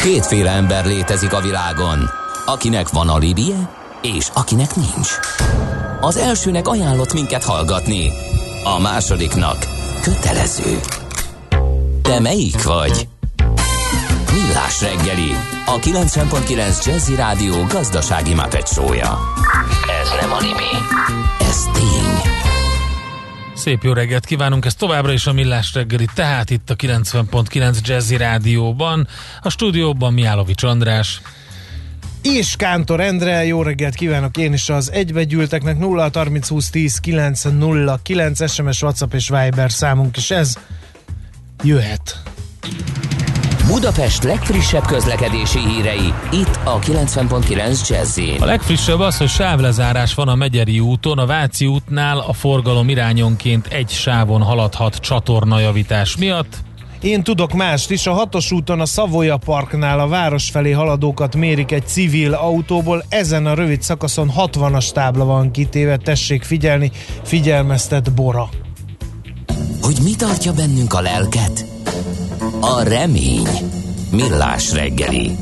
Kétféle ember létezik a világon, akinek van alibije, és akinek nincs. Az elsőnek ajánlott minket hallgatni, a másodiknak kötelező. Te melyik vagy? Millás reggeli, a 90.9 Jazzy Rádió gazdasági mápecsója. Ez nem anime, ez tény. Szép jó reggelt kívánunk, ez továbbra is a Millás reggeli, tehát itt a 90.9 Jazzy Rádióban, a stúdióban Mihálovics András. És Kántor Endre, jó reggelt kívánok én is az egybegyűlteknek. 0 30 20 10 909 SMS, WhatsApp és Viber számunk is ez. Jöhet. Budapest legfrissebb közlekedési hírei, itt a 90.9 Jazzyn. A legfrissebb az, hogy sávlezárás van a Megyeri úton, a Váci útnál a forgalom irányonként egy sávon haladhat csatornajavítás miatt. Én tudok mást is, a 6-os úton a Savoya Parknál a város felé haladókat mérik egy civil autóból, ezen a rövid szakaszon 60-as tábla van kitéve, tessék figyelni, figyelmeztet Bora. Hogy mi tartja bennünk a lelket? A remény. Millás reggeli.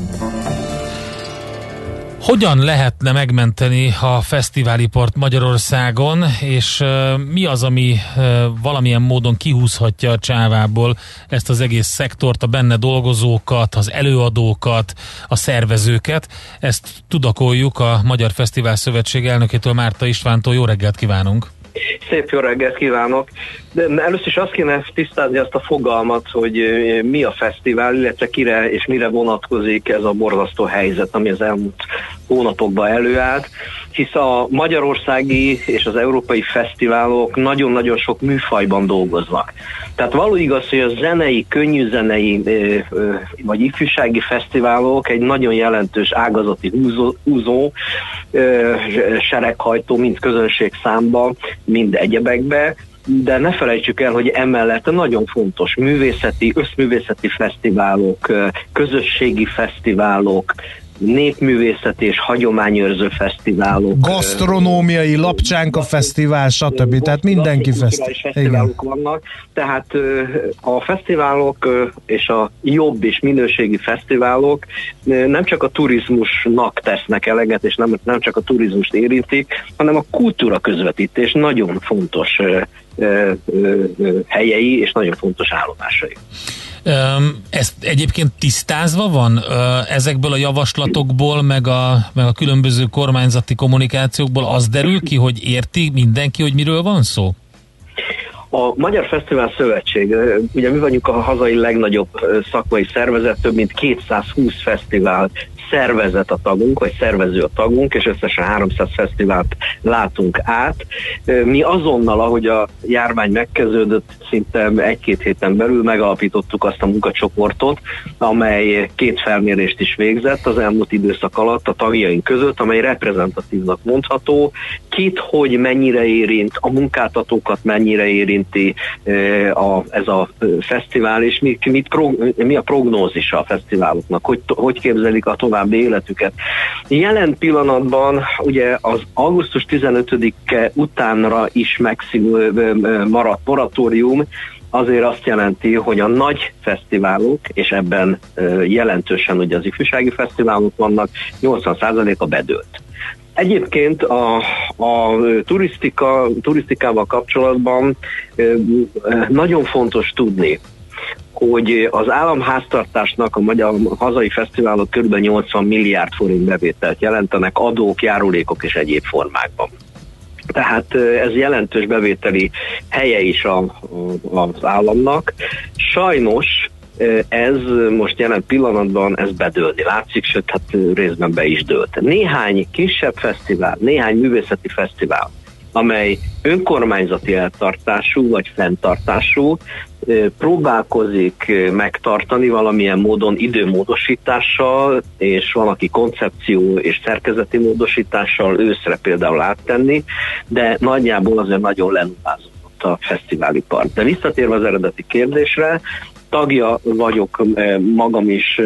Hogyan lehetne megmenteni a fesztiválipart Magyarországon, és mi az, ami valamilyen módon kihúzhatja a csávából ezt az egész szektort, a benne dolgozókat, az előadókat, a szervezőket? Ezt tudakoljuk a Magyar Fesztivál Szövetség elnökétől, Márta Istvántól. Jó reggelt kívánunk! Szép jó reggelt kívánok! De először is azt kéne tisztázni azt a fogalmat, hogy mi a fesztivál, illetve kire és mire vonatkozik ez a borzasztó helyzet, ami az elmúlt hónapokban előállt, hisz a magyarországi és az európai fesztiválok nagyon-nagyon sok műfajban dolgoznak. Tehát való igaz, hogy a zenei, könnyűzenei vagy ifjúsági fesztiválok egy nagyon jelentős ágazati húzó, sereghajtó, mind közönségszámba, mind egyebekbe, de ne felejtsük el, hogy emellett nagyon fontos művészeti, összművészeti fesztiválok, közösségi fesztiválok, népművészeti és hagyományőrző fesztiválok, gasztronómiai, Lapcsánka fesztivál, stb. Tehát mindenki fesztiválok vannak. Tehát a fesztiválok és a jobb és minőségi fesztiválok nem csak a turizmusnak tesznek eleget, és nem csak a turizmust érintik, hanem a kultúra közvetítés nagyon fontos helyei és nagyon fontos állomásai. Ez egyébként tisztázva van ezekből a javaslatokból, meg a különböző kormányzati kommunikációkból az derül ki, hogy érti mindenki, hogy miről van szó? A Magyar Fesztivál Szövetség, ugye mi vagyunk a hazai legnagyobb szakmai szervezet, több mint 220 fesztivál szervezet a tagunk, vagy szervező a tagunk, és összesen 300 fesztivált látunk át. Mi azonnal, ahogy a járvány megkezdődött, szinte 1-2 héten belül megalapítottuk azt a munkacsoportot, amely 2 felmérést is végzett az elmúlt időszak alatt a tagjaink között, amely reprezentatívnak mondható. Hogy mennyire érint, a munkáltatókat mennyire érinti ez a fesztivál, és mi a prognózisa a fesztiváloknak, hogy képzelik a további életüket. Jelen pillanatban ugye az augusztus 15-e utánra is maradt moratórium, azért azt jelenti, hogy a nagy fesztiválok, és ebben jelentősen ugye az ifjúsági fesztiválok vannak, 80%-a bedőlt. Egyébként a turisztikával kapcsolatban nagyon fontos tudni, hogy az államháztartásnak a magyar hazai fesztiválok kb. 80 milliárd forint bevételt jelentenek adók, járulékok és egyéb formákban. Tehát ez jelentős bevételi helye is az államnak. Sajnos ez most jelen pillanatban ez bedőlni látszik, sőt, hát részben be is dőlt. Néhány kisebb fesztivál, néhány művészeti fesztivál, amely önkormányzati eltartású vagy fenntartású, próbálkozik megtartani valamilyen módon időmódosítással, és van, aki koncepció és szerkezeti módosítással őszre például áttenni, de nagyjából azért nagyon lenullázódott a fesztiválipar. De visszatérve az eredeti kérdésre, tagja vagyok magam is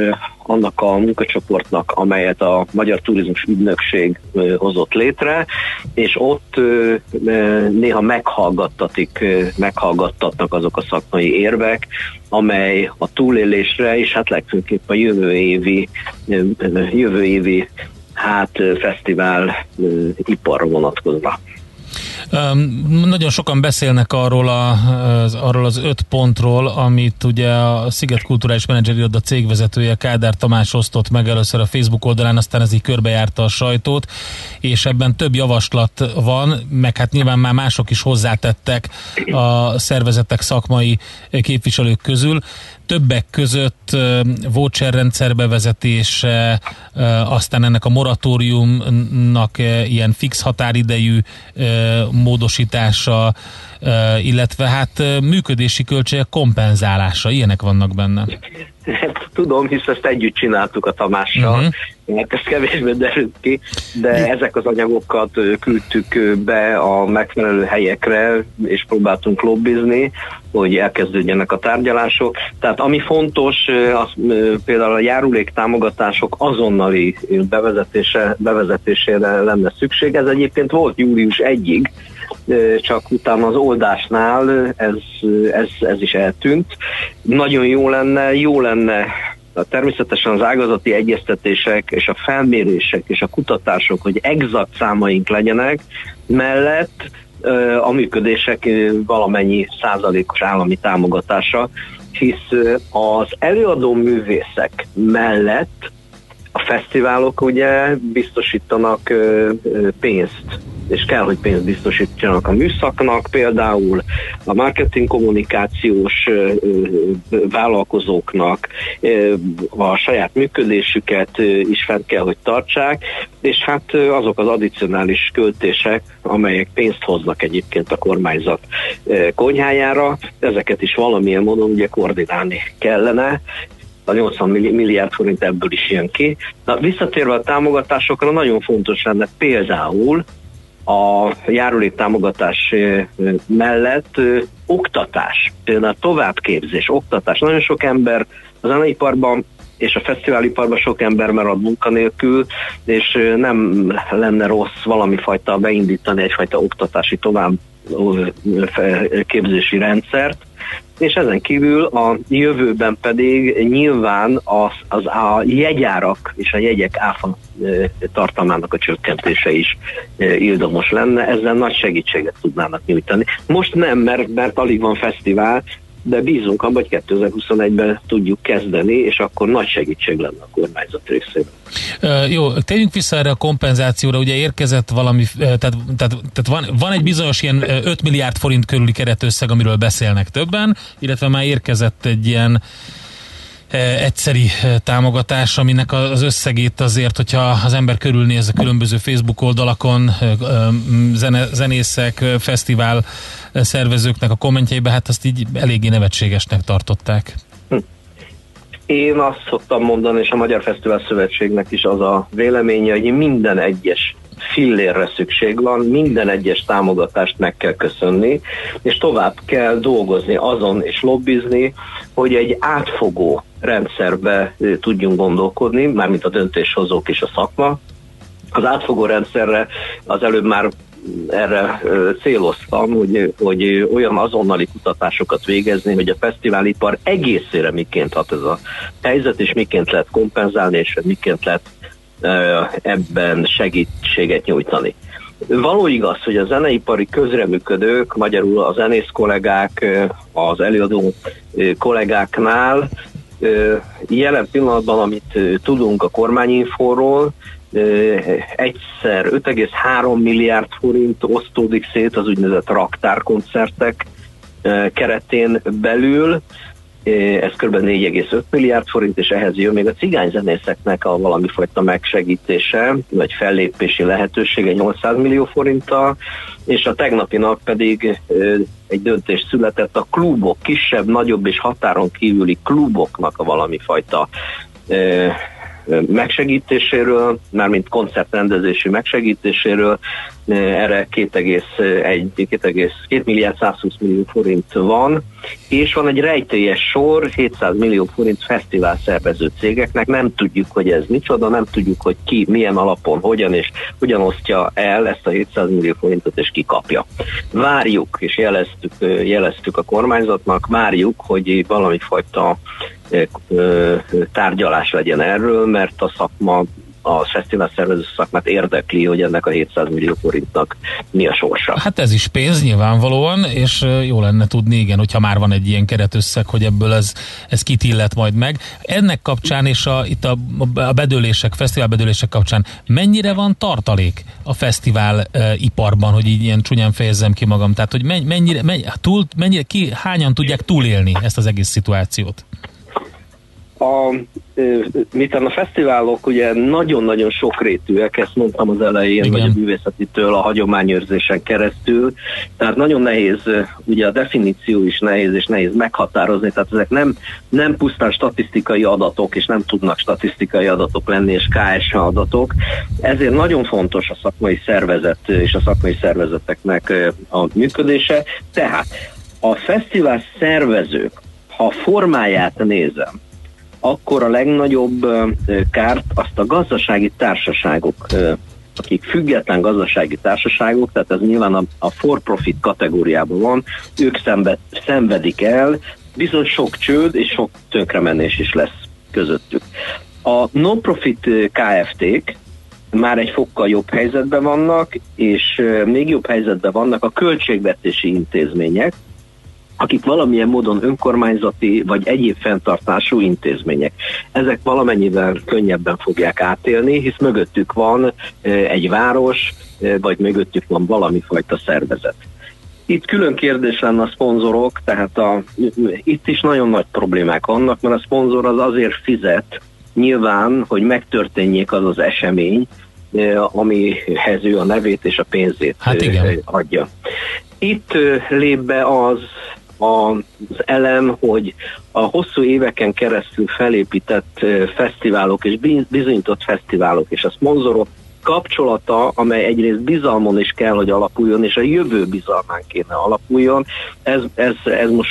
annak a munkacsoportnak, amelyet a Magyar Turizmus Ügynökség hozott létre, és ott néha meghallgattatnak azok a szakmai érvek, amely a túlélésre, és hát legfőképp a jövő évi fesztivál iparra vonatkozva. Nagyon sokan beszélnek arról az 5 pontról, amit ugye a Sziget Kulturális Menedzseri Iroda cégvezetője Kádár Tamás osztott meg először a Facebook oldalán, aztán ez így körbejárta a sajtót, és ebben több javaslat van, meg hát nyilván már mások is hozzátettek a szervezetek szakmai képviselők közül. Többek között voucherrendszer bevezetése, aztán ennek a moratóriumnak ilyen fix határidejű módosítása, illetve hát működési költségek kompenzálása, ilyenek vannak benne. Tudom, hisz ezt együtt csináltuk a Tamással, mert ez kevésbé derült ki, de ezek az anyagokat küldtük be a megfelelő helyekre, és próbáltunk lobbizni, hogy elkezdődjenek a tárgyalások. Tehát ami fontos, az például a járulék támogatások azonnali bevezetésére lenne szükség. Ez egyébként volt július 1-ig, csak utána az oldásnál ez is eltűnt. Nagyon jó lenne természetesen az ágazati egyeztetések és a felmérések és a kutatások, hogy exakt számaink legyenek, mellett a működések valamennyi százalékos állami támogatása, hisz az előadó művészek mellett a fesztiválok ugye biztosítanak pénzt, és kell, hogy pénzt biztosítsanak a műszaknak, például a marketing kommunikációs vállalkozóknak, a saját működésüket is fent kell, hogy tartsák, és hát azok az addicionális költések, amelyek pénzt hoznak egyébként a kormányzat konyhájára, ezeket is valamilyen módon ugye koordinálni kellene. A 80 milliárd forint ebből is jön ki. Na, visszatérve a támogatásokra, nagyon fontos lenne például a járulék támogatás mellett oktatás, például továbbképzés, oktatás. Nagyon sok ember a zeneiparban és a fesztiváliparban sok ember marad munkanélkül, és nem lenne rossz valami fajta beindítani egyfajta oktatási továbbképzési rendszert, és ezen kívül a jövőben pedig nyilván a jegyárak és a jegyek áfa tartalmának a csökkentése is ildomos lenne, ezzel nagy segítséget tudnának nyújtani. Most nem, mert alig van fesztivál, de bízunk abban, hogy 2021-ben tudjuk kezdeni, és akkor nagy segítség lenne a kormányzat részéről. Jó, térjünk vissza erre a kompenzációra, ugye érkezett valami, tehát van egy bizonyos ilyen 5 milliárd forint körüli keretösszeg, amiről beszélnek többen, illetve már érkezett egy ilyen egyszeri támogatás, aminek az összegét azért, hogyha az ember körülnéz a különböző Facebook oldalakon, zenészek, fesztivál szervezőknek a kommentjeibe, hát azt így eléggé nevetségesnek tartották. Én azt szoktam mondani, és a Magyar Fesztivál Szövetségnek is az a véleménye, hogy minden egyes fillérre szükség van, minden egyes támogatást meg kell köszönni, és tovább kell dolgozni azon és lobbizni, hogy egy átfogó rendszerbe tudjunk gondolkodni, mármint a döntéshozók és a szakma. Az átfogó rendszerre az előbb már erre céloztam, hogy olyan azonnali kutatásokat végezni, hogy a fesztiválipar egészére miként hat ez a helyzet, és miként lehet kompenzálni, és miként lehet ebben segítséget nyújtani. Való igaz, hogy a zeneipari közreműködők, magyarul a zenész kollégák, az előadó kollégáknál jelen pillanatban, amit tudunk a kormányinfóról, egyszer 5,3 milliárd forint osztódik szét az úgynevezett raktárkoncertek keretén belül, ez kb. 4,5 milliárd forint, és ehhez jön még a cigányzenészeknek a valamifajta megsegítése, vagy fellépési lehetősége 800 millió forinttal, és a tegnapi nap pedig egy döntés született a klubok, kisebb, nagyobb és határon kívüli kluboknak a valamifajta megsegítéséről, mármint koncertrendezési megsegítéséről, erre 2 milliárd 120 millió forint van, és van egy rejtélyes sor 700 millió forint fesztivál szervező cégeknek, nem tudjuk, hogy ez micsoda, nem tudjuk, hogy ki, milyen alapon, hogyan és hogyan osztja el ezt a 700 millió forintot, és ki kapja. Várjuk, és jeleztük a kormányzatnak, várjuk, hogy valami fajta tárgyalás legyen erről, mert a szakma, a fesztivál szervező szakmát érdekli, hogy ennek a 700 millió forintnak mi a sorsa. Hát ez is pénz nyilvánvalóan, és jó lenne tudni, igen, hogyha már van egy ilyen keretösszeg, hogy ebből ez kit illet majd meg. Ennek kapcsán és itt a fesztiválbedőlések kapcsán mennyire van tartalék a fesztivál iparban, hogy így ilyen csúnyán fejezzem ki magam, tehát hogy hányan tudják túlélni ezt az egész szituációt? Miután a fesztiválok ugye nagyon-nagyon sokrétűek, ezt mondtam az elején, vagy a művészetitől a hagyományőrzésen keresztül, tehát nagyon nehéz, ugye a definíció is nehéz, és nehéz meghatározni, tehát ezek nem pusztán statisztikai adatok, és nem tudnak statisztikai adatok lenni, és KSH adatok, ezért nagyon fontos a szakmai szervezet és a szakmai szervezeteknek a működése, tehát a fesztivál szervezők, ha formáját nézem, akkor a legnagyobb kárt azt a gazdasági társaságok, akik független gazdasági társaságok, tehát ez nyilván a for-profit kategóriában van, ők szenvedik el, bizony sok csőd és sok tönkremenés is lesz közöttük. A non-profit KFT-k már egy fokkal jobb helyzetben vannak, és még jobb helyzetben vannak a költségvetési intézmények, akik valamilyen módon önkormányzati vagy egyéb fenntartású intézmények. Ezek valamennyivel könnyebben fogják átélni, hisz mögöttük van egy város, vagy mögöttük van valami fajta szervezet. Itt külön kérdés lenne a szponzorok, tehát itt is nagyon nagy problémák vannak, mert a szponzor az azért fizet nyilván, hogy megtörténjék az az esemény, amihez ő a nevét és a pénzét adja. Itt lép be az elem, hogy a hosszú éveken keresztül felépített fesztiválok és bizonyított fesztiválok és a szponzorok kapcsolata, amely egyrészt bizalmon is kell, hogy alapuljon, és a jövő bizalmán kéne alapuljon, ez most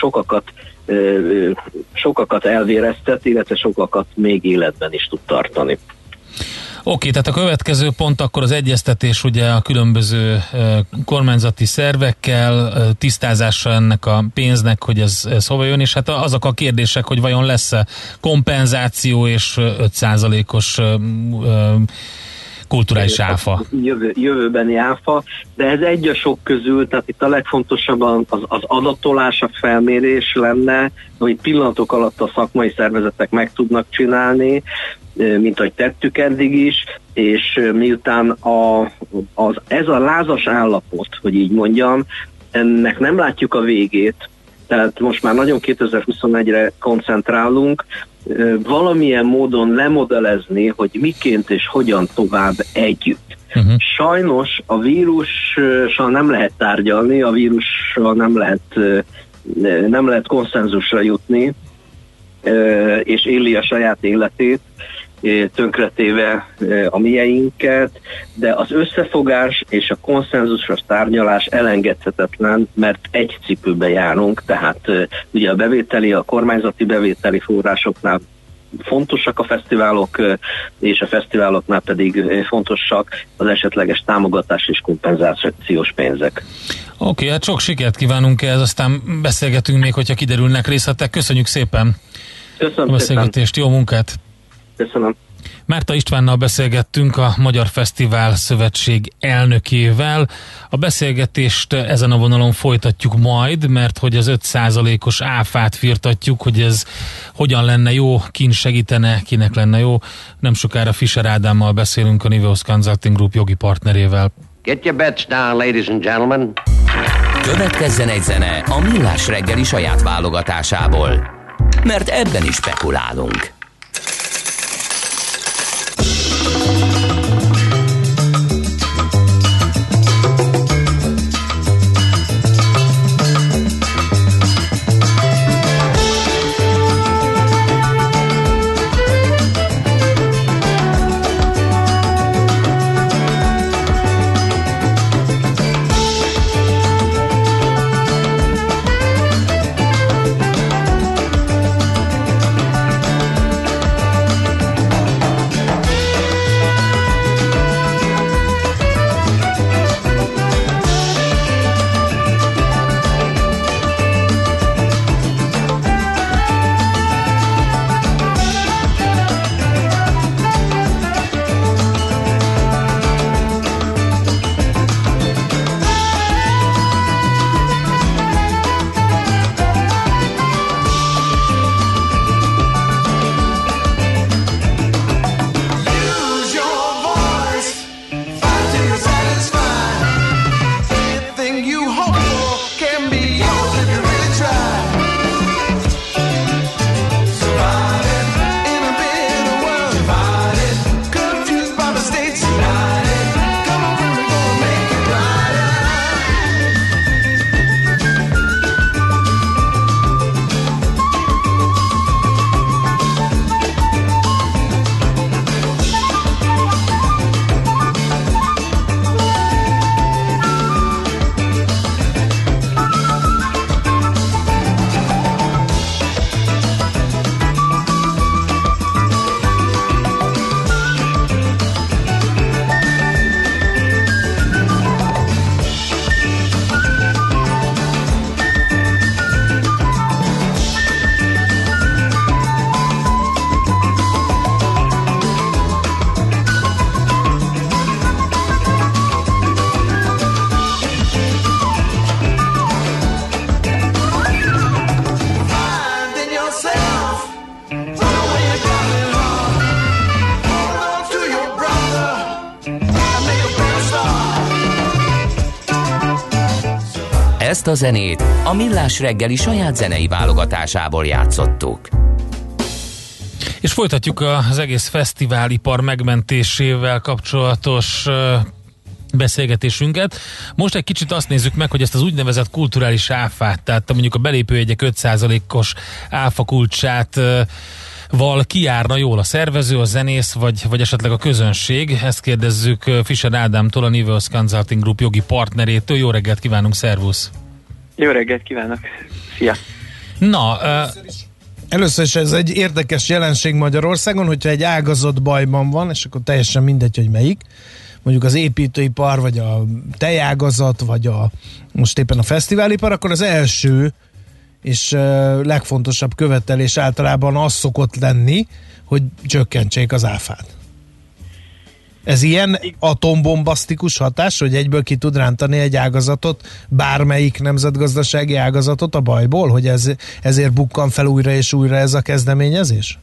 sokakat elvéreztet, illetve sokakat még életben is tud tartani. Oké, tehát a következő pont akkor az egyeztetés ugye a különböző kormányzati szervekkel, tisztázása ennek a pénznek, hogy ez hova jön, és hát azok a kérdések, hogy vajon lesz-e kompenzáció és 5%-os kulturális áfa. Jövőbeni áfa, de ez egy a sok közül, tehát itt a legfontosabb az adatolás, a felmérés lenne, amit pillanatok alatt a szakmai szervezetek meg tudnak csinálni, mint ahogy tettük eddig is, és miután ez a lázas állapot, hogy így mondjam, ennek nem látjuk a végét, tehát most már nagyon 2021-re koncentrálunk, valamilyen módon lemodelezni, hogy miként és hogyan tovább együtt. Sajnos a vírussal nem lehet tárgyalni, a vírussal nem lehet konszenzusra jutni, és éli a saját életét, tönkretéve a mieinket, de az összefogás és a konszenzusos tárgyalás elengedhetetlen, mert egy cipőbe járunk, tehát ugye a kormányzati bevételi forrásoknál fontosak a fesztiválok, és a fesztiváloknál pedig fontosak az esetleges támogatás és kompenzációs pénzek. Oké, hát sok sikert kívánunk ehhez, aztán beszélgetünk még, hogyha kiderülnek részletek. Köszönjük szépen a beszélgetést, jó munkát! Köszönöm. Márta Istvánnal beszélgettünk, a Magyar Fesztivál Szövetség elnökével. A beszélgetést ezen a vonalon folytatjuk majd, mert hogy az 5%-os áfát firtatjuk, hogy ez hogyan lenne jó, kin segítene, kinek lenne jó. Nem sokára Fischer Ádámmal beszélünk, a Niveus Consulting Group jogi partnerével. Get your bets down, ladies and gentlemen. Következzen egy zene a Millás reggeli saját válogatásából, mert ebben is spekulálunk. Ezt a zenét a Millás reggeli saját zenei válogatásából játszottuk. És folytatjuk az egész fesztiválipar megmentésével kapcsolatos beszélgetésünket. Most egy kicsit azt nézzük meg, hogy ezt az úgynevezett kulturális áfát, tehát mondjuk a belépőjegyek 5%-os áfakulcsát val kijárna jól a szervező, a zenész, vagy esetleg a közönség? Ezt kérdezzük Fischer Ádámtól, a Nivels Consulting Group jogi partnerétől. Jó reggelt kívánunk, szervusz! Jó reggelt kívánok! Szia! Na, először is ez egy érdekes jelenség Magyarországon, hogyha egy ágazat bajban van, és akkor teljesen mindegy, hogy melyik, mondjuk az építőipar, vagy a tejágazat, vagy most éppen a fesztiválipar, akkor az első és legfontosabb követelés általában az szokott lenni, hogy csökkentsék az áfát. Ez ilyen atombombasztikus hatás, hogy egyből ki tud rántani egy ágazatot, bármelyik nemzetgazdasági ágazatot a bajból, hogy ezért bukkan fel újra és újra ez a kezdeményezés?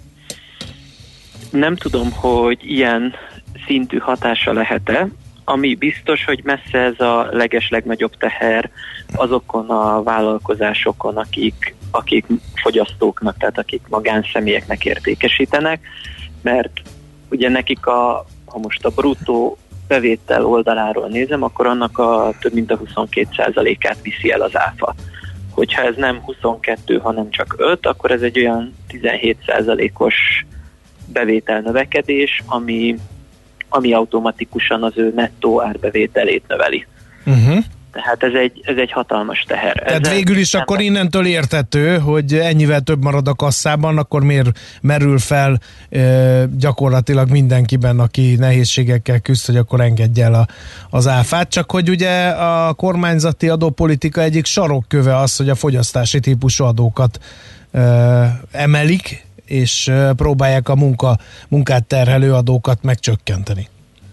Nem tudom, hogy ilyen szintű hatása lehet-e. Ami biztos, hogy messze ez a legnagyobb teher azokon a vállalkozásokon, akik fogyasztóknak, tehát akik magánszemélyeknek értékesítenek, mert ugye nekik ha most a bruttó bevétel oldaláról nézem, akkor annak a több mint a 22%-át viszi el az áfa. Hogyha ez nem 22, hanem csak 5, akkor ez egy olyan 17%-os bevételnövekedés, ami automatikusan az ő nettó árbevételét növeli. Tehát ez egy hatalmas teher. Tehát végül is akkor innentől érthető, hogy ennyivel több marad a kasszában, akkor miért merül fel gyakorlatilag mindenkiben, aki nehézségekkel küzd, hogy akkor engedje el az áfát. Csak hogy ugye a kormányzati adópolitika egyik sarokköve az, hogy a fogyasztási típusú adókat emelik, és próbálják a munkát terhelő adókat megcsökkenteni.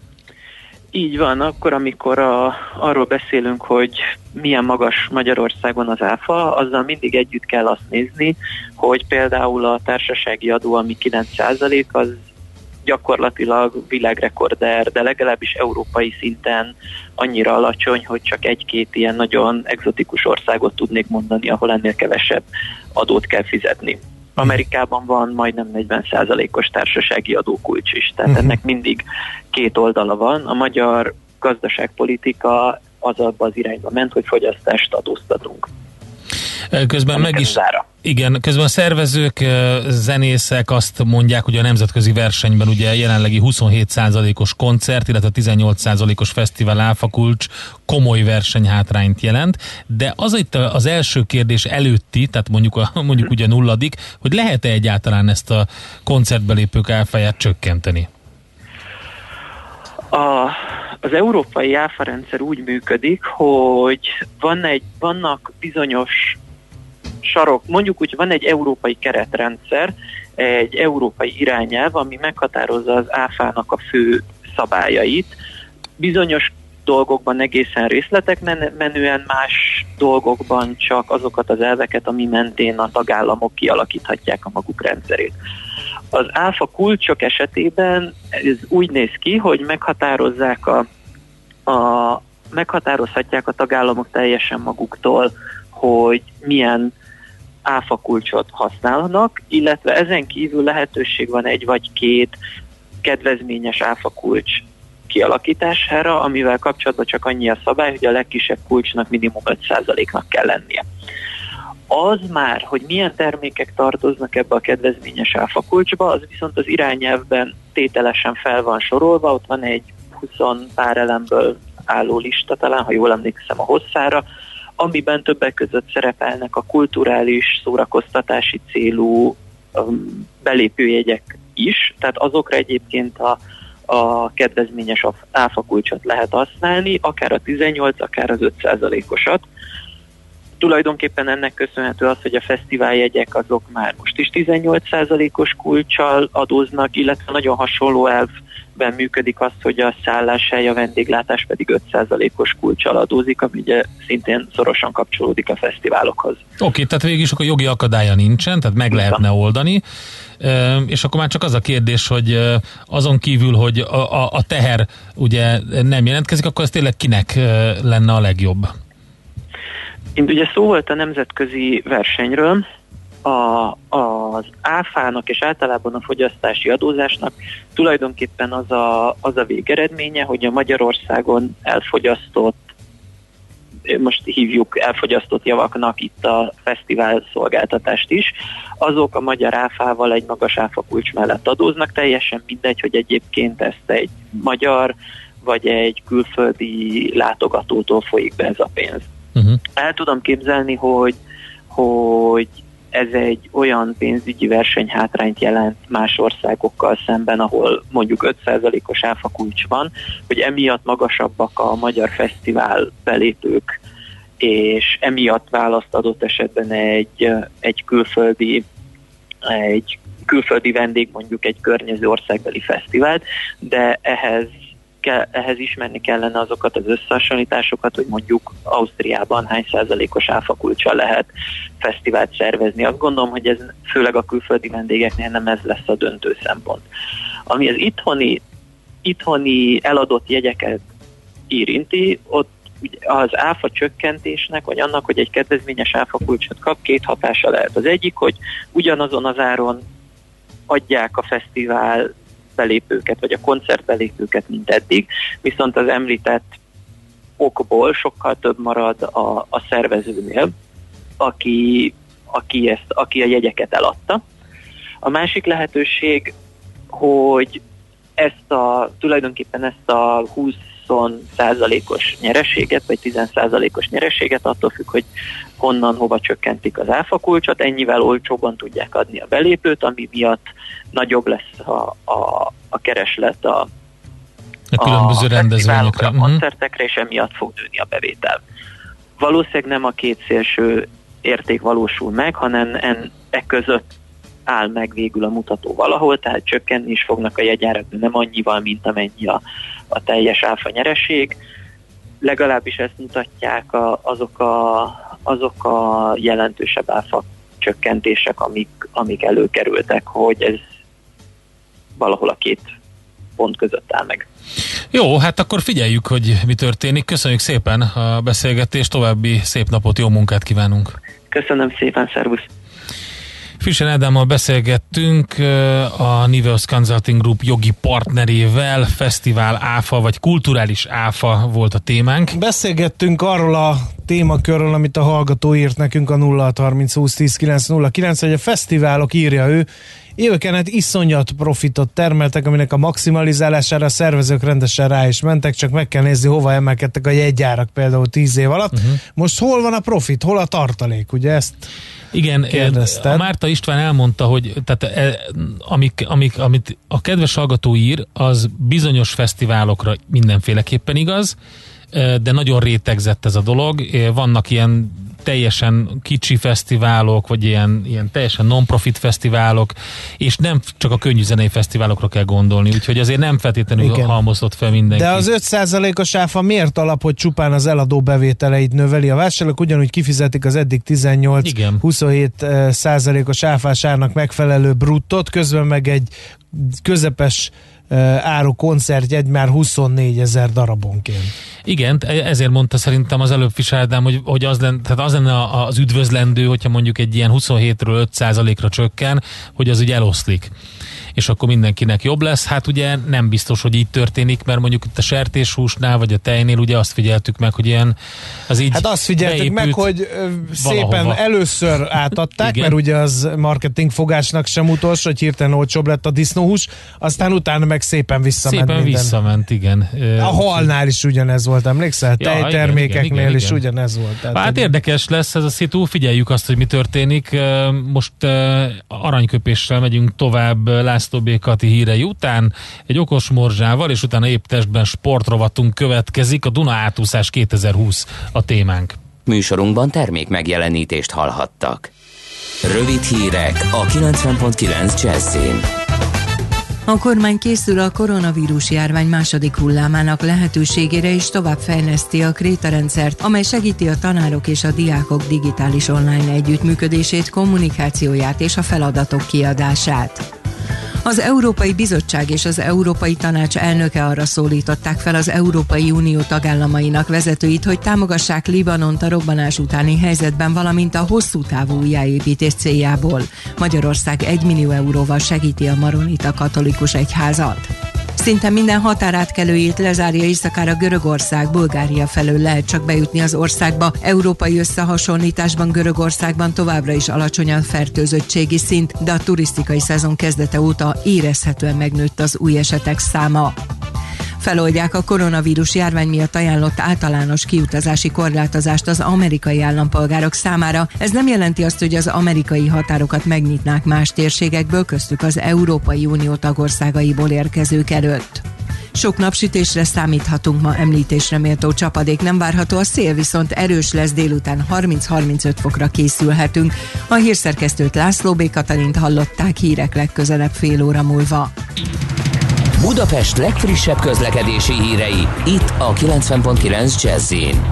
Így van, akkor amikor arról beszélünk, hogy milyen magas Magyarországon az áfa, azzal mindig együtt kell azt nézni, hogy például a társasági adó, ami 9%, az gyakorlatilag világrekorder, de legalábbis európai szinten annyira alacsony, hogy csak egy-két ilyen nagyon egzotikus országot tudnék mondani, ahol ennél kevesebb adót kell fizetni. Amerikában van majdnem 40%-os társasági adókulcs is, tehát ennek mindig két oldala van. A magyar gazdaságpolitika az abba az irányba ment, hogy fogyasztást adóztatunk. Közben közben a szervezők, zenészek azt mondják, hogy a nemzetközi versenyben ugye jelenlegi 27%-os koncert, illetve 18%-os fesztivál áfakulcs komoly versenyhátrányt jelent, de az itt az első kérdés előtti, tehát mondjuk ugye nulladik, hogy lehet-e egyáltalán ezt a koncertbelépők áfáját csökkenteni? Az európai áfarendszer úgy működik, hogy vannak bizonyos sarok, mondjuk úgy, van egy európai keretrendszer, egy európai irányelv, ami meghatározza az áfának a fő szabályait. Bizonyos dolgokban egészen részletek menően, más dolgokban csak azokat az elveket, ami mentén a tagállamok kialakíthatják a maguk rendszerét. Az áfa kulcsok esetében ez úgy néz ki, hogy meghatározhatják a tagállamok teljesen maguktól, hogy milyen áfa kulcsot használnak, illetve ezen kívül lehetőség van egy vagy két kedvezményes áfa kulcs kialakítására, amivel kapcsolatban csak annyi a szabály, hogy a legkisebb kulcsnak minimum 5%-nak kell lennie. Az már, hogy milyen termékek tartoznak ebbe a kedvezményes áfa kulcsba, az viszont az irányelvben tételesen fel van sorolva, ott van egy 20 pár elemből álló lista, talán, ha jól emlékszem a hosszára, amiben többek között szerepelnek a kulturális, szórakoztatási célú belépőjegyek is, tehát azokra egyébként a kedvezményes áfakulcsot lehet használni, akár a 18, akár az 5%-osat. Tulajdonképpen ennek köszönhető az, hogy a fesztiváljegyek azok már most is 18%-os kulccsal adóznak, illetve nagyon hasonló elvben működik az, hogy a szálláshely, a vendéglátás pedig 5%-os kulccsal adózik, ami ugye szintén szorosan kapcsolódik a fesztiválokhoz. Oké, tehát végig is akkor jogi akadálya nincsen, tehát meg lehetne oldani, és akkor már csak az a kérdés, hogy azon kívül, hogy a teher ugye nem jelentkezik, akkor ez tényleg kinek lenne a legjobb? Ugye szó volt a nemzetközi versenyről, az áfának és általában a fogyasztási adózásnak tulajdonképpen az a végeredménye, hogy a Magyarországon elfogyasztott, most hívjuk elfogyasztott javaknak itt a fesztivál szolgáltatást is, azok a magyar áfával egy magas áfakulcs mellett adóznak, teljesen mindegy, hogy egyébként ezt egy magyar vagy egy külföldi látogatótól folyik be ez a pénz. El tudom képzelni, hogy ez egy olyan pénzügyi versenyhátrányt jelent más országokkal szemben, ahol mondjuk 5%-os áfakulcs van, hogy emiatt magasabbak a magyar fesztivál belépők, és emiatt választ adott esetben egy külföldi vendég mondjuk egy környező országbeli fesztivált, de ehhez ismerni kellene azokat az összehasonlításokat, hogy mondjuk Ausztriában hány százalékos áfakulccsal lehet fesztivált szervezni. Azt gondolom, hogy ez főleg a külföldi vendégeknél nem ez lesz a döntő szempont. Ami az itthoni eladott jegyeket érinti, ott az áfa csökkentésnek, vagy annak, hogy egy kedvezményes áfakulcsot kap, két hatása lehet. Az egyik, hogy ugyanazon az áron adják a fesztivál belépőket, vagy a koncertbelépőket, mint eddig, viszont az említett okból sokkal több marad a szervezőnél, aki a jegyeket eladta. A másik lehetőség, hogy tulajdonképpen ezt a 20%-os nyereséget, vagy 10%-os nyereséget, attól függ, hogy honnan, hova csökkentik az áfakulcsot, ennyivel olcsóbban tudják adni a belépőt, ami miatt nagyobb lesz a kereslet a különböző rendezvényekre, a koncertekre, és emiatt fog nőni a bevétel. Valószínűleg nem a két szélső érték valósul meg, hanem között áll meg végül a mutató valahol, tehát csökkenni is fognak a jegyárak, de nem annyival, mint amennyi a teljes áfa nyereség. Legalábbis ezt mutatják azok a jelentősebb áfa csökkentések, amik előkerültek, hogy ez valahol a két pont között áll meg. Jó, hát akkor figyeljük, hogy mi történik. Köszönjük szépen a beszélgetést, további szép napot, jó munkát kívánunk. Köszönöm szépen, szervusz! Fischer Ádámmal beszélgettünk, a Niveus Consulting Group jogi partnerével, fesztivál áfa, vagy kulturális áfa volt a témánk. Beszélgettünk arról a témakörről, amit a hallgató írt nekünk a 0630 20 10 909, hogy a fesztiválok, írja ő, éveken át iszonyat profitot termeltek, aminek a maximalizálására a szervezők rendesen rá is mentek, csak meg kell nézni, hova emelkedtek a jegyárak például 10 év alatt. Most hol van a profit, hol a tartalék, ugye ezt igen, kérdezted. A Márta István elmondta, hogy tehát, amit a kedves hallgató ír, az bizonyos fesztiválokra mindenféleképpen igaz, de nagyon rétegzett ez a dolog. Vannak ilyen teljesen kicsi fesztiválok, vagy ilyen teljesen non-profit fesztiválok, és nem csak a könnyű zenei fesztiválokra kell gondolni, úgyhogy azért nem feltétlenül halmozott fel mindenki. De az 5%-os áfa miért alap, hogy csupán az eladó bevételeit növeli? A vásárlók ugyanúgy kifizetik az eddig 18-27%-os áfás árnak megfelelő bruttot, közben meg egy közepes áru koncertjegy már 24 000 darabonként. Igen, ezért mondta szerintem az előbb Fischer Ádám, hogy az lenne az üdvözlendő, hogyha mondjuk egy ilyen 27-ről 5%-ra csökken, hogy az ugye eloszlik. És akkor mindenkinek jobb lesz. Hát ugye nem biztos, hogy így történik, mert mondjuk itt a sertéshúsnál, vagy a tejnél ugye azt figyeltük meg, hogy ilyen az így hát azt figyeltük meg, hogy szépen valahova. Először átadták, mert ugye az marketing fogásnak sem utolsó, hogy hirtelen olcsóbb lett a disznóhús, aztán utána meg szépen visszament minden. Visszament, igen. A halnál is ugyanez volt, emlékszel? Tejtermékeknél is ugyanez volt. Tehát hát érdekes lesz ez a szitu, figyeljük azt, hogy mi történik. Most aranyköpéssel megyünk tovább László B. Kati hírei után, egy okos morzsával, és utána épp testben sportrovatunk következik, a Duna átúszás 2020 a témánk. Műsorunkban termék megjelenítést hallhattak. Rövid hírek a 90.9 Jazzin. A kormány készül a koronavírus járvány második hullámának lehetőségére és tovább fejleszti a Kréta rendszert, amely segíti a tanárok és a diákok digitális online együttműködését, kommunikációját és a feladatok kiadását. Az Európai Bizottság és az Európai Tanács elnöke arra szólították fel az Európai Unió tagállamainak vezetőit, hogy támogassák Libanont a robbanás utáni helyzetben, valamint a hosszú távú újjáépítés céljából. Magyarország 1 millió euróval segíti a maronita katolikus egyházat. Szinte minden határátkelőjét lezárja éjszakára Görögország, Bulgária felől lehet csak bejutni az országba. Európai összehasonlításban Görögországban továbbra is alacsony a fertőzöttségi szint, de a turisztikai szezon kezdete óta érezhetően megnőtt az új esetek száma. Feloldják a koronavírus járvány miatt ajánlott általános kiutazási korlátozást az amerikai állampolgárok számára. Ez nem jelenti azt, hogy az amerikai határokat megnyitnák más térségekből, köztük az Európai Unió tagországaiból érkezők előtt. Sok napsütésre számíthatunk, ma említésre méltó csapadék nem várható, a szél viszont erős lesz, délután 30-35 fokra készülhetünk. A hírszerkesztőt, László B. Katalint hallották, hírek legközelebb fél óra múlva. Budapest legfrissebb közlekedési hírei, itt a 90.9 Jazz-in.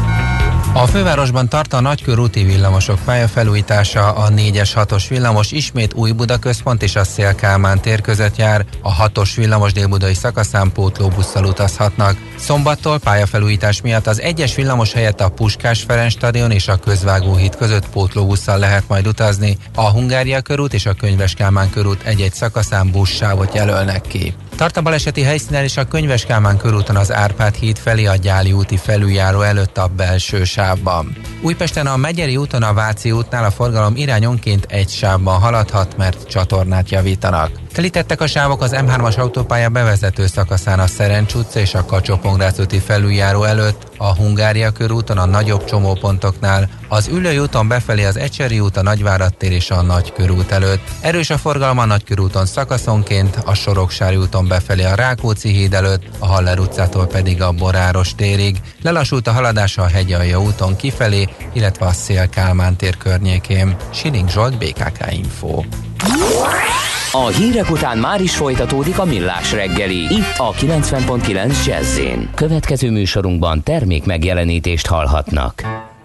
A fővárosban tart a nagykörúti villamosok pályafelújítása, a 4-es 6-os villamos ismét Újbuda központ és a Széll-Kálmán tér között jár, a 6-os villamos délbudai szakaszán pótlóbusszal utazhatnak. Szombattól pályafelújítás miatt az 1-es villamos helyett a Puskás Ferenc stadion és a Közvágóhíd között pótlóbusszal lehet majd utazni, a Hungária körút és a Könyves Kálmán körút egy-egy szakaszán buszsávot jelölnek ki. Tart a baleseti helyszínen is a Könyves Kálmán körúton az Árpád híd felé a Gyáli úti felüljáró előtt a belső sávban. Újpesten a Megyeri úton a Váci útnál a forgalom irányonként egy sávban haladhat, mert csatornát javítanak. Telítettek a sávok az M3-as autópálya bevezető szakaszán a Szerencs utca és a Kacsó-Pongrác úti felüljáró előtt, a Hungária körúton a nagyobb csomópontoknál, az Üllői úton befelé az Ecseri út, a Nagyvárad tér és a Nagykörút előtt. Erős a forgalom a Nagykörúton szakaszonként, a Soroksári úton befelé a Rákóczi híd előtt, a Haller utcától pedig a Boráros térig. Lelassult a haladás a Hegyalja úton kifelé, illetve a Széll-Kálmán tér környékén. Siling Zsolt, BKK Info. A hírek után már is folytatódik a Millás reggeli, itt a 90.9 Jazz-in. Következő műsorunkban termék megjelenítést hallhatnak.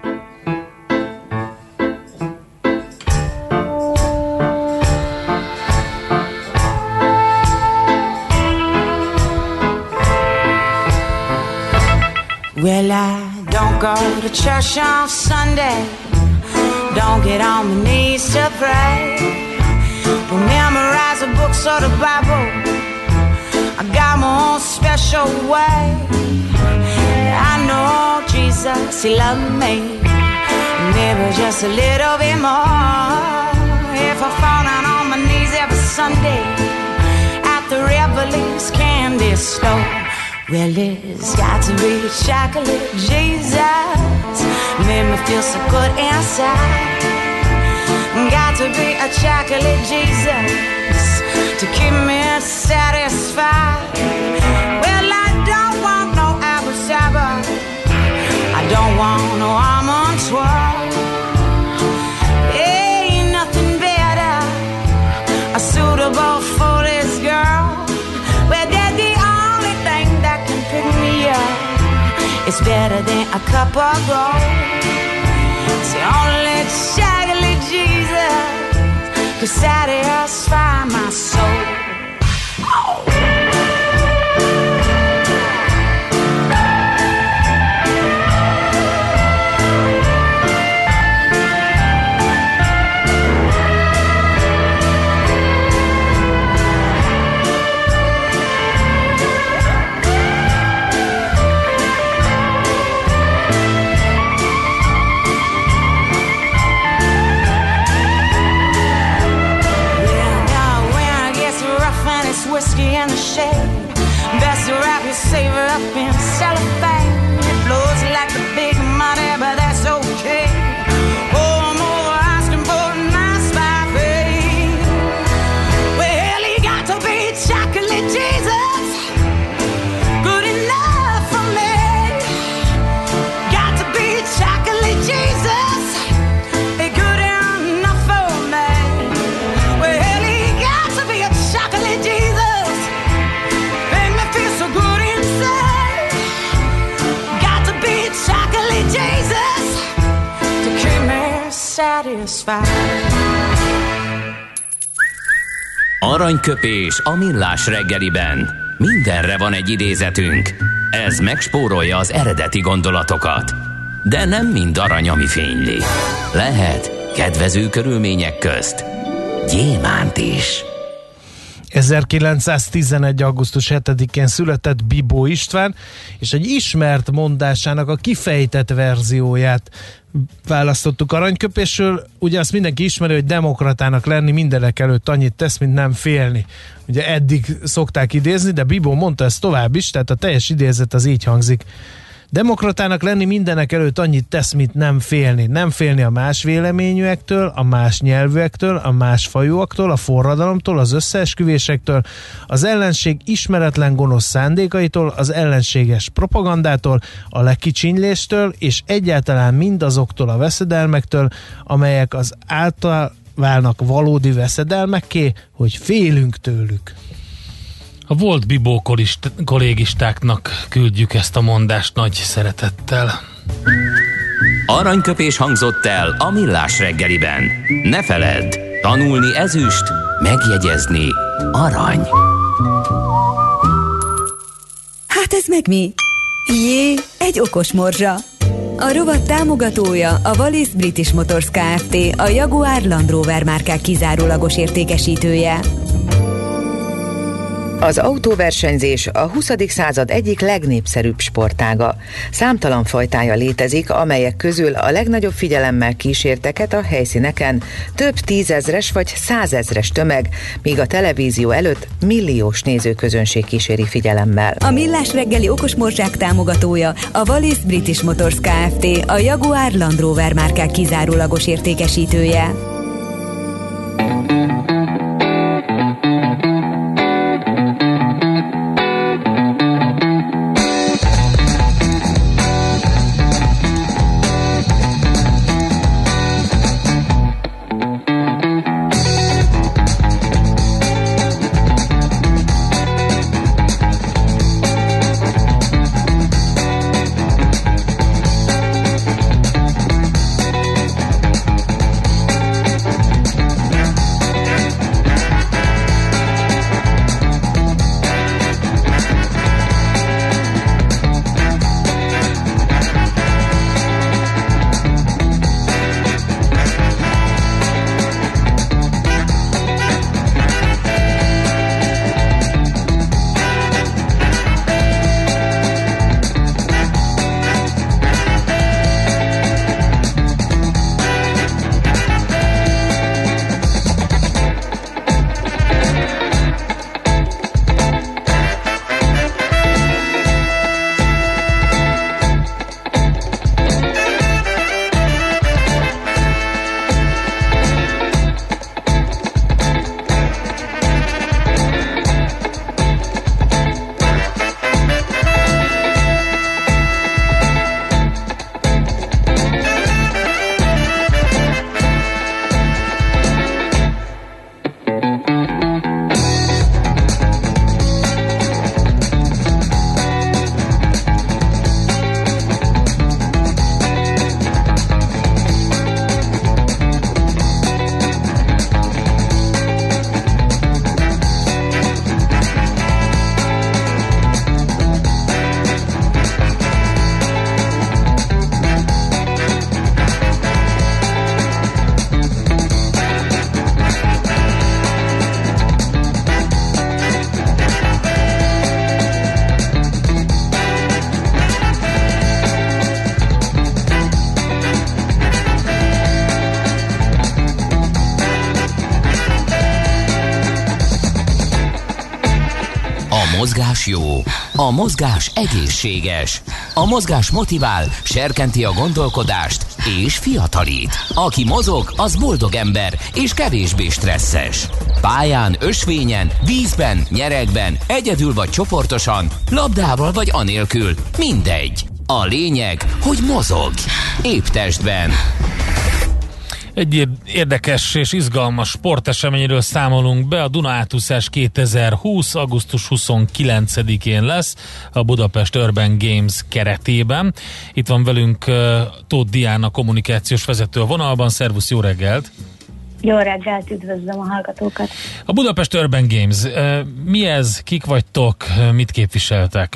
Well, I don't go to church on Sunday, don't get on my knees to pray, don't memorize the books or the Bible, I got my own special way. I know Jesus, He loved me, maybe just a little bit more. If I fall down on my knees every Sunday at the Revelings candy store, well, it's got to be chocolate Jesus, made me feel so good inside. Got to be a chocolate Jesus to keep me satisfied. Well, I don't want no apple cider, I don't want no almond twirl. Ain't nothing better suitable for this girl. Well, they're the only thing that can pick me up. It's better than a cup of gold. It's the only chocolate Jesus could satisfy my soul. Oh. Whiskey in the shade, best to wrap your savor up in cellophane. It flows like the big money, but that's okay. Oh, I'm over asking for a nice buffet. Well, you got to be chocolate Jesus, good enough for me. Got to be chocolate Jesus, good enough for me. Well, you got to be a chocolate Jesus. Arra Aranyköpés a millás reggeliben. Mindenre van egy idézetünk. Ez megspórolja az eredeti gondolatokat. De nem mind arany, ami fényli. Lehet kedvező körülmények közt gyémánt is. 1911. augusztus 7-én született Bibó István, és egy ismert mondásának a kifejtett verzióját választottuk aranyköpésről. Ugye azt mindenki ismeri, hogy demokratának lenni mindenek előtt annyit tesz, mint nem félni. Ugye eddig szokták idézni, de Bibó mondta ezt tovább is, tehát a teljes idézet az így hangzik. Demokratának lenni mindenek előtt annyit tesz, mint nem félni. Nem félni a más véleményűektől, a más nyelvűektől, a más fajúaktól, a forradalomtól, az összeesküvésektől, az ellenség ismeretlen gonosz szándékaitól, az ellenséges propagandától, a lekicsinyléstől, és egyáltalán mindazoktól a veszedelmektől, amelyek az által válnak valódi veszedelmekké, hogy félünk tőlük. A volt Bibó kollégistáknak küldjük ezt a mondást nagy szeretettel. Aranyköpés hangzott el a millás reggeliben. Ne feledd, tanulni ezüst, megjegyezni arany. Hát ez meg mi? Jé, egy okos morzsa. A rovat támogatója a Wallis British Motors Kft., a Jaguar Land Rover márkák kizárólagos értékesítője. Az autóversenyzés a 20. század egyik legnépszerűbb sportága. Számtalan fajtája létezik, amelyek közül a legnagyobb figyelemmel kísérteket a helyszíneken több tízezres vagy százezres tömeg, míg a televízió előtt milliós nézőközönség kíséri figyelemmel. A millás reggeli okos morzsák támogatója a Wallis British Motors Kft., a Jaguar Land Rover márkák kizárólagos értékesítője. mozgás jó, a mozgás egészséges, a mozgás motivál, serkenti a gondolkodást és fiatalít. Aki mozog, az boldog ember és kevésbé stresszes. Pályán, ösvényen, vízben, nyeregben, egyedül vagy csoportosan, labdával vagy anélkül, mindegy. A lényeg, hogy mozog. Épp testben. Egy érdekes és izgalmas sporteseményről számolunk be. A Duna átúszás 2020. augusztus 29-én lesz a Budapest Urban Games keretében. Itt van velünk Tóth Diana kommunikációs vezető a vonalban. Szervusz, jó reggelt! Jó reggelt, üdvözlöm a hallgatókat! A Budapest Urban Games, mi ez, kik vagytok, mit képviseltek?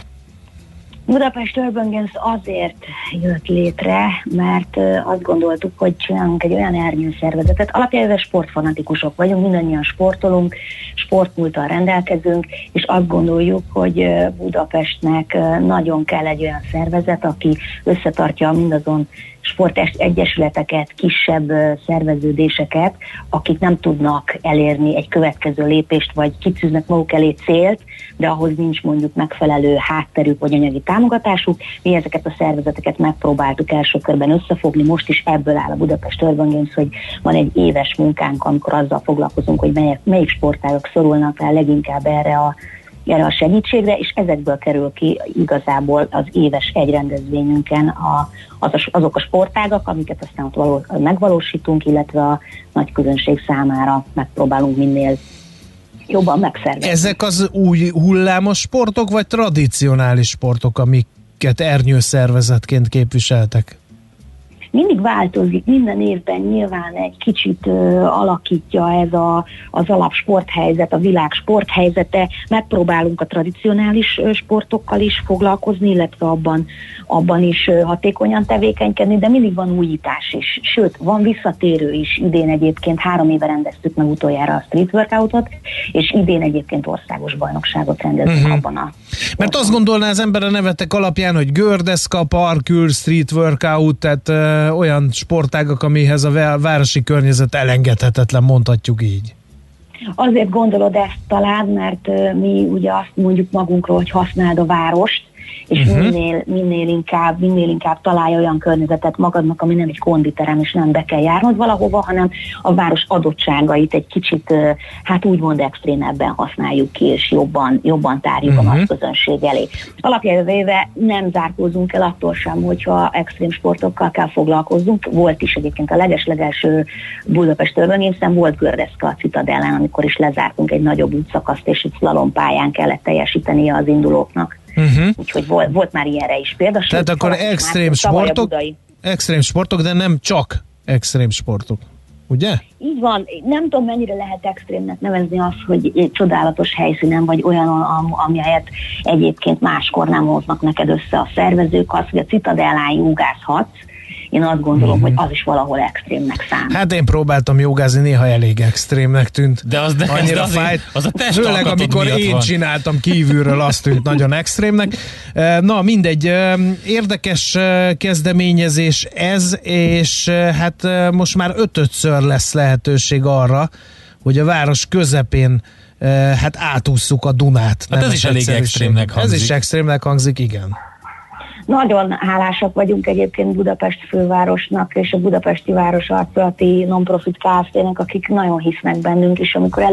Budapest Urban Games azért jött létre, mert azt gondoltuk, hogy csinálunk egy olyan ernyőszervezetet. Alapjában sportfanatikusok vagyunk, mindannyian sportolunk, sportmúlttal rendelkezünk, és azt gondoljuk, hogy Budapestnek nagyon kell egy olyan szervezet, aki összetartja mindazon sportegyesületeket, kisebb szerveződéseket, akik nem tudnak elérni egy következő lépést, vagy kitűznek maguk elé célt, de ahhoz nincs mondjuk megfelelő hátterük vagy anyagi támogatásuk. Mi ezeket a szervezeteket megpróbáltuk első körben összefogni, most is ebből áll a Budapest Urban Games, hogy van egy éves munkánk, amikor azzal foglalkozunk, hogy melyik sportágak szorulnak rá leginkább erre a segítségre, és ezekből kerül ki igazából az éves egy rendezvényünkön azok a sportágak, amiket aztán ott megvalósítunk, illetve a nagy közönség számára megpróbálunk minél jobban megszervezni. Ezek az új hullámos sportok, vagy tradicionális sportok, amiket ernyőszervezetként képviseltek? Mindig változik, minden évben nyilván egy kicsit alakítja ez az alapsporthelyzet, a világ sporthelyzete. Megpróbálunk a tradicionális sportokkal is foglalkozni, illetve abban is hatékonyan tevékenykedni, de mindig van újítás is. Sőt, van visszatérő is. Idén egyébként 3 éve rendeztük meg utoljára a street workoutot, és idén egyébként országos bajnokságot rendezünk abban a... Mert azt gondolná az ember a nevetek alapján, hogy gördeszka, parkour, street workout, tehát olyan sportágak, amihez a városi környezet elengedhetetlen, mondhatjuk így. Azért gondolod ezt talán, mert mi ugye azt mondjuk magunkról, hogy használd a várost, és minél inkább találja olyan környezetet magadnak, ami nem egy konditerem, és nem be kell járnod valahova, hanem a város adottságait egy kicsit, hát úgymond extrémebben használjuk ki, és jobban tárjuk a nagy közönség elé. Alapjában véve nem zárkózunk el attól sem, hogyha extrém sportokkal kell foglalkozzunk. Volt is egyébként a legeslegelső Budapest Urban Games-en, volt gördeszka a Citadellen, amikor is lezártunk egy nagyobb útszakaszt, és egy szlalompályán kellett teljesítenie az indulóknak. Úgyhogy volt már ilyenre is példa. Tehát akkor extrém sportok, de nem csak extrém sportok, ugye? Így van, nem tudom mennyire lehet extrémnek nevezni azt, hogy egy csodálatos helyszínen vagy olyan, amelyet egyébként máskor nem hoznak neked össze a szervezők, az, hogy a Citadellán jogázhatsz. Én azt gondolom, hogy az is valahol extrémnek számít. Hát én próbáltam jogázni, néha elég extrémnek tűnt. De annyira fájt. Az a főleg amikor én csináltam kívülről, azt tűnt nagyon extrémnek. Na mindegy, érdekes kezdeményezés ez, és hát most már 5-ször lesz lehetőség arra, hogy a város közepén hát átússzuk a Dunát. Hát ez is elég extrémnek hangzik. Ez is extrémnek hangzik, igen. Nagyon hálásak vagyunk egyébként Budapest fővárosnak és a Budapesti Város Arculati Non-Profit Kft-nek, akik nagyon hisznek bennünk, és amikor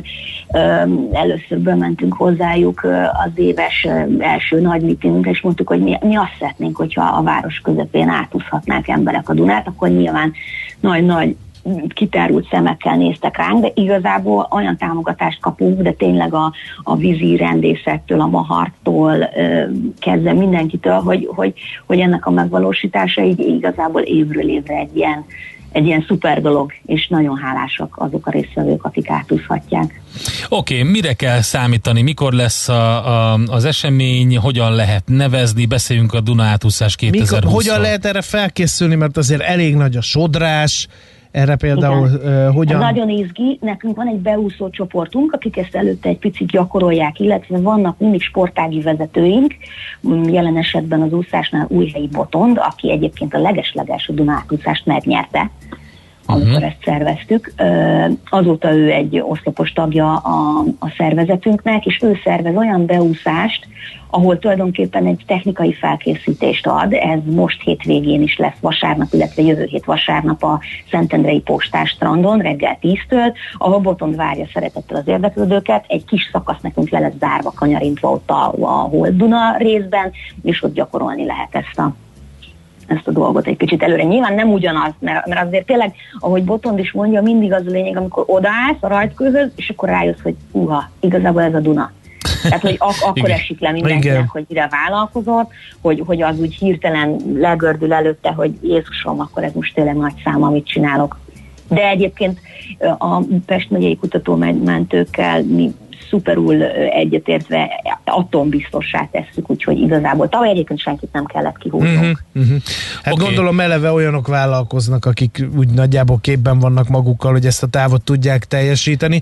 először bementünk hozzájuk az éves első nagy meetingünkre, és mondtuk, hogy mi azt szeretnénk, hogyha a város közepén átúszhatnák emberek a Dunát, akkor nyilván nagy kitárult szemekkel néztek ránk, de igazából olyan támogatást kapunk, de tényleg a vízi rendészettől, a Mahartól kezdve mindenkitől, hogy ennek a megvalósítása így igazából évről évre egy ilyen szuper dolog, és nagyon hálásak azok a résztvevők, akik átúszhatják. Oké, mire kell számítani? Mikor lesz az esemény? Hogyan lehet nevezni? Beszéljünk a Duna átúszás 2020-ról. Hogyan lehet erre felkészülni? Mert azért elég nagy a sodrás. Erre például hogyan... Ez nagyon izgi. Nekünk van egy beúszó csoportunk, akik ezt előtte egy picit gyakorolják, illetve vannak mindig sportági vezetőink, jelen esetben az úszásnál Újhelyi Botond, aki egyébként a legeslegelső Duna átúszást megnyerte, amikor ezt szerveztük. Azóta ő egy oszlopos tagja a szervezetünknek, és ő szervez olyan beúszást, ahol tulajdonképpen egy technikai felkészítést ad. Ez most hétvégén is lesz vasárnap, illetve jövő hét vasárnap a Szentendrei Postás strandon reggel 10-től, ahol Botond várja szeretettel az érdeklődőket. Egy kis szakasz nekünk le lesz zárva, kanyarintva ott a Hold Duna részben, és ott gyakorolni lehet ezt a dolgot egy kicsit előre. Nyilván nem ugyanaz, mert azért tényleg, ahogy Botond is mondja, mindig az a lényeg, amikor odaállsz a rajtkőhöz, és akkor rájössz, hogy igazából ez a Duna. Tehát, hogy akkor esik le mindenkinek, hogy mire vállalkozott, hogy az úgy hirtelen legördül előtte, hogy Jézusom, akkor ez most tényleg nagy szám, amit csinálok. De egyébként a Pest megyei kutatómentőkkel mi szuperul egyetértve atombiztossá tesszük, úgyhogy igazából tavaly egyébként senkit nem kellett kihúznunk. Hát gondolom eleve olyanok vállalkoznak, akik úgy nagyjából képben vannak magukkal, hogy ezt a távot tudják teljesíteni.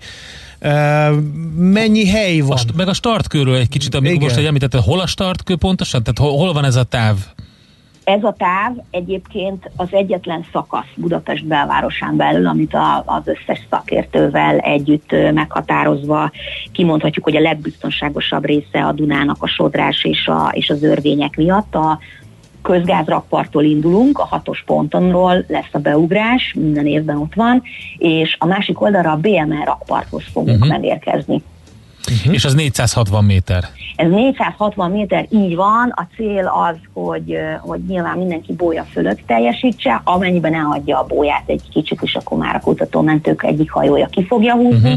Mennyi hely van? Meg a startkörről egy kicsit, amikor most említette, hol a startkör pontosan? Tehát hol van ez a táv? Ez a táv egyébként az egyetlen szakasz Budapest belvárosán belül, amit az összes szakértővel együtt meghatározva kimondhatjuk, hogy a legbiztonságosabb része a Dunának a sodrás és az örvények miatt. A közgázrakparttól indulunk, a 6-os pontonról lesz a beugrás, minden évben ott van, és a másik oldalra a BMR rakparthoz fogunk megérkezni. És az 460 méter. Ez 460 méter, így van, a cél az, hogy nyilván mindenki bója fölött teljesítse, amennyiben elhagyja a bóját egy kicsit, és akkor már a kutatómentők egyik hajója ki fogja húzni,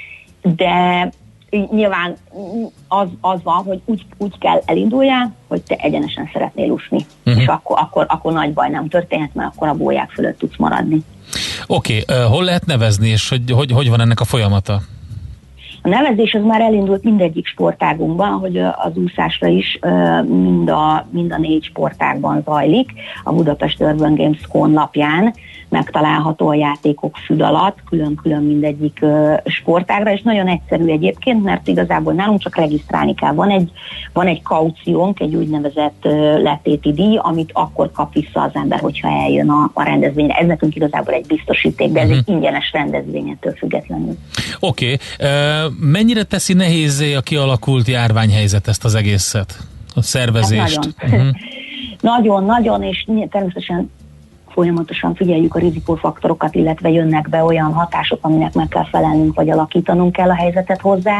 de nyilván az van, hogy úgy kell elinduljál, hogy te egyenesen szeretnél úszni, és akkor nagy baj nem történhet, mert akkor a bóják fölött tudsz maradni. Oké, hol lehet nevezni, és hogy van ennek a folyamata? A nevezés az már elindult mindegyik sportágunkban, hogy az úszásra is mind a 4 sportágban zajlik. A Budapest Urban Games honlapján megtalálható a játékok fül alatt, külön-külön mindegyik sportágra, és nagyon egyszerű egyébként, mert igazából nálunk csak regisztrálni kell. Van egy kauciónk, egy úgynevezett letéti díj, amit akkor kap vissza az ember, hogyha eljön a rendezvényre. Ez nekünk igazából egy biztosíték, de ez egy ingyenes rendezvényettől függetlenül. Oké. Mennyire teszi nehézzé a kialakult járványhelyzet ezt az egészet? A szervezést? Hát nagyon, és természetesen folyamatosan figyeljük a rizikófaktorokat, illetve jönnek be olyan hatások, aminek meg kell felelnünk, vagy alakítanunk kell a helyzetet hozzá.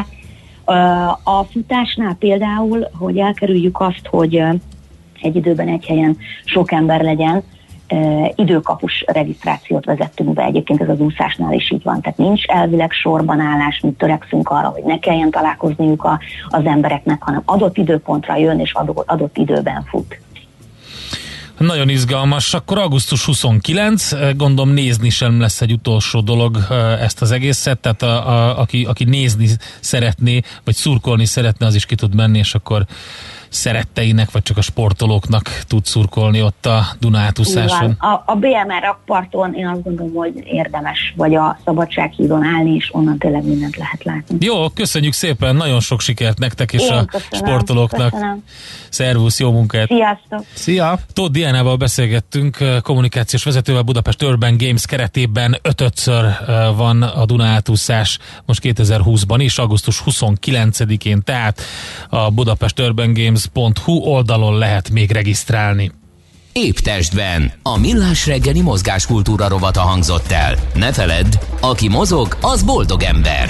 A futásnál például, hogy elkerüljük azt, hogy egy időben egy helyen sok ember legyen, időkapus regisztrációt vezettünk be, egyébként ez az úszásnál is így van, tehát nincs elvileg sorban állás, mi törekszünk arra, hogy ne kelljen találkozniuk az embereknek, hanem adott időpontra jön és adott időben fut. Nagyon izgalmas. Akkor augusztus 29, gondolom nézni sem lesz egy utolsó dolog ezt az egészet, tehát aki nézni szeretné, vagy szurkolni szeretne, az is ki tud menni, és akkor szeretteinek, vagy csak a sportolóknak tud szurkolni ott a Duna átúszáson. A BMR rakparton én azt gondolom, hogy érdemes, vagy a Szabadsághídon állni, és onnan tényleg mindent lehet látni. Jó, köszönjük szépen, nagyon sok sikert nektek és a sportolóknak. Köszönöm. Szervusz, jó munkát! Sziasztok! Szia! Tóth Diánával beszélgettünk, kommunikációs vezetővel. Budapest Urban Games keretében 5-ször van a Duna átúszás most 2020-ban is, augusztus 29-én, tehát a budapesturbangames.hu oldalon lehet még regisztrálni. Épp testben a Millás reggeli mozgáskultúra rovata hangzott el. Ne feledd, aki mozog, az boldog ember.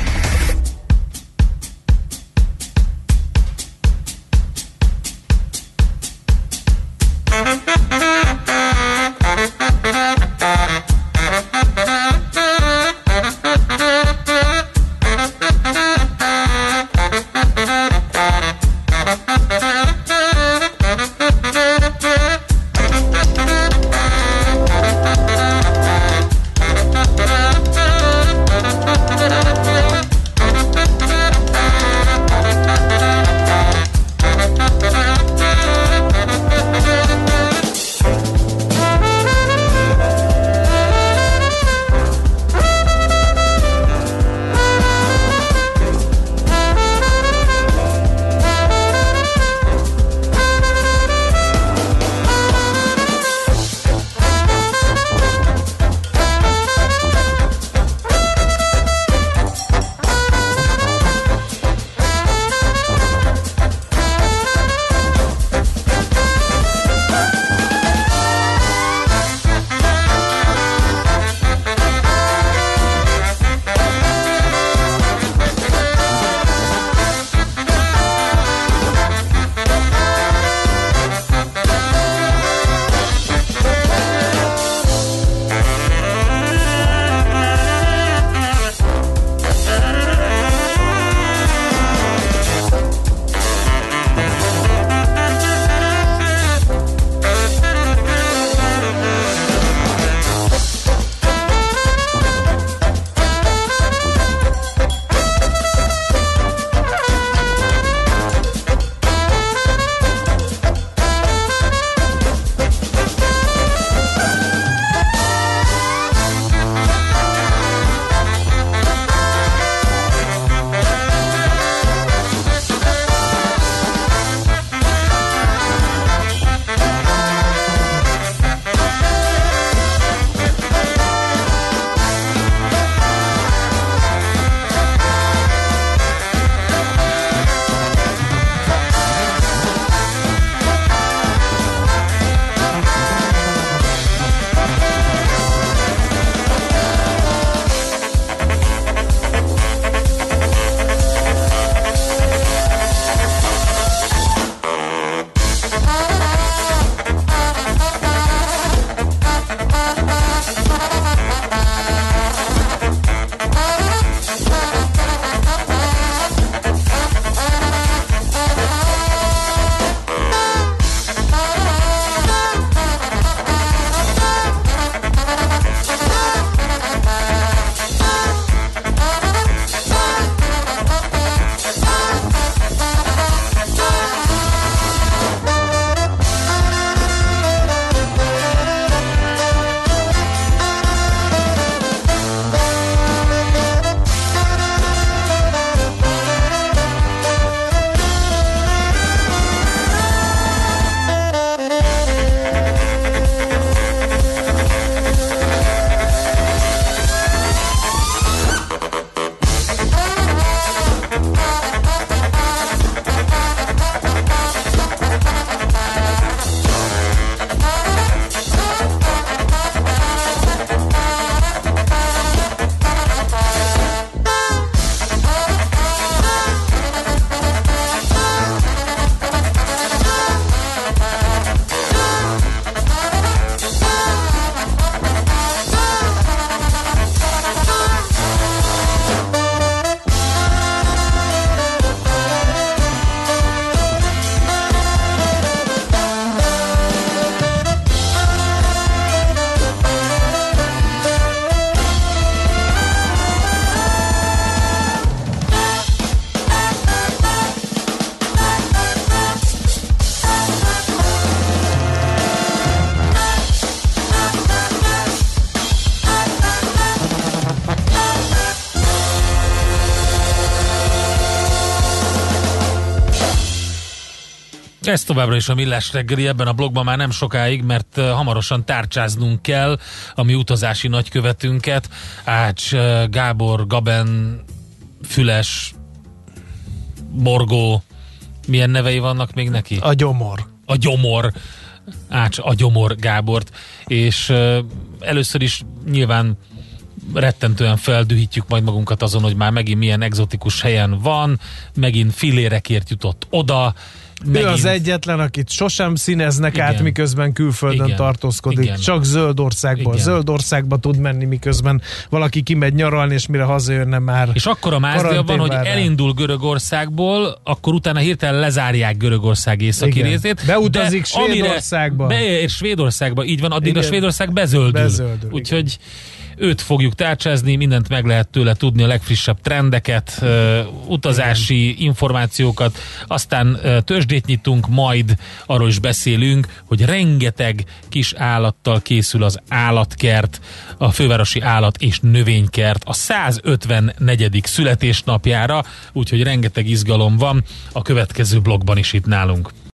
Ez továbbra is a Millás reggeli, ebben a blogban már nem sokáig, mert hamarosan tárcsáznunk kell a mi utazási nagykövetünket. Ács Gábor, Gaben, Füles, Borgó, milyen nevei vannak még neki? A Gyomor. Ács a Gyomor Gábort, és először is nyilván rettentően feldühítjük majd magunkat azon, hogy már megint milyen egzotikus helyen van, megint fillérekért jutott oda. Ő az egyetlen, akit sosem színeznek át, miközben külföldön tartózkodik. Igen. Csak zöld országba tud menni, miközben valaki kimegy nyaralni, és mire hazajönne már. És akkor a mázdia van, hogy elindul Görögországból, akkor utána hirtelen lezárják Görögország északi részét. Beutazik Svédországba. Beér Svédországba, így van, addig a Svédország bezöldül. Úgyhogy őt fogjuk tárcsázni, mindent meg lehet tőle tudni, a legfrissebb trendeket, utazási információkat, aztán tőzsdét nyitunk, majd arról is beszélünk, hogy rengeteg kis állattal készül az állatkert, a fővárosi állat- és növénykert a 154. születésnapjára, úgyhogy rengeteg izgalom van a következő blogban is itt nálunk.